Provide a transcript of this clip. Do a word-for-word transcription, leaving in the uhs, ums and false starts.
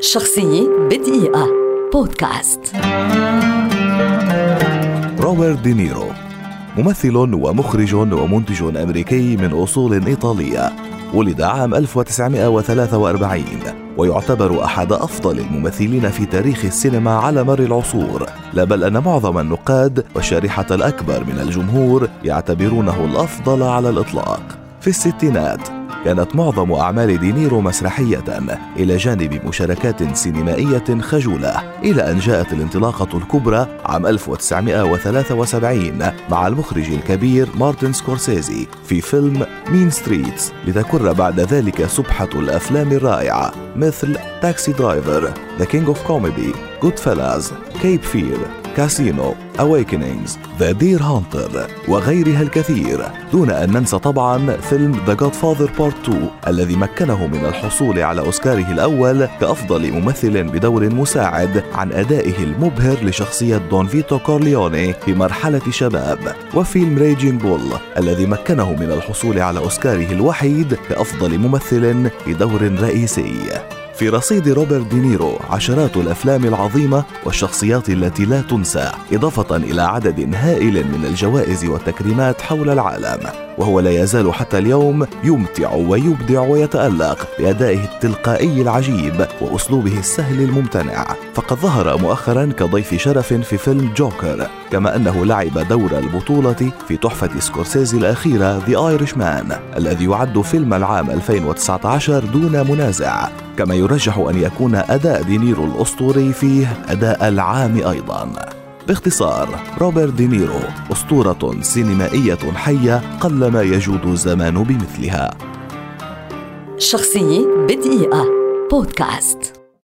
شخصية بدقيقة بودكاست. روبرت دينيرو ممثل ومخرج ومنتج أمريكي من أصول إيطالية، ولد عام ألف وتسعمائة وثلاثة وأربعين ويعتبر أحد أفضل الممثلين في تاريخ السينما على مر العصور، لا بل أن معظم النقاد والشريحة الأكبر من الجمهور يعتبرونه الأفضل على الإطلاق. في الستينات كانت معظم أعمال دينيرو مسرحية إلى جانب مشاركات سينمائية خجولة، إلى أن جاءت الانطلاقة الكبرى عام ألف وتسعمائة وثلاثة وسبعين مع المخرج الكبير مارتن سكورسيزي في فيلم مين ستريتس، لتكر بعد ذلك سبحة الأفلام الرائعة مثل تاكسي درايفر، ذا كينج اوف كوميدي، جود فيلاز، كيب فير، كاسينو، أويكنينجز، ذا دير هانتر وغيرها الكثير، دون أن ننسى طبعا فيلم ذا جاد فاذر بارت اثنين الذي مكنه من الحصول على أوسكاره الأول كأفضل ممثل بدور مساعد عن أدائه المبهر لشخصية دون فيتو كورليوني في مرحلة شباب، وفيلم ريجينج بول الذي مكنه من الحصول على أوسكاره الوحيد كأفضل ممثل بدور رئيسي. في رصيد روبرت دينيرو عشرات الأفلام العظيمة والشخصيات التي لا تنسى، إضافة إلى عدد هائل من الجوائز والتكريمات حول العالم، وهو لا يزال حتى اليوم يمتع ويبدع ويتألق بأدائه التلقائي العجيب وأسلوبه السهل الممتنع، فقد ظهر مؤخرا كضيف شرف في فيلم جوكر، كما أنه لعب دور البطولة في تحفة سكورسيزي الأخيرة The Irishman الذي يعد فيلم العام ألفين وتسعة عشر دون منازع، كما يرجح أن يكون أداء دينيرو الأسطوري فيه أداء العام أيضا. باختصار، روبرت دينيرو أسطورة سينمائية حية قلما يجود الزمان بمثلها. شخصية بدقيقة بودكاست.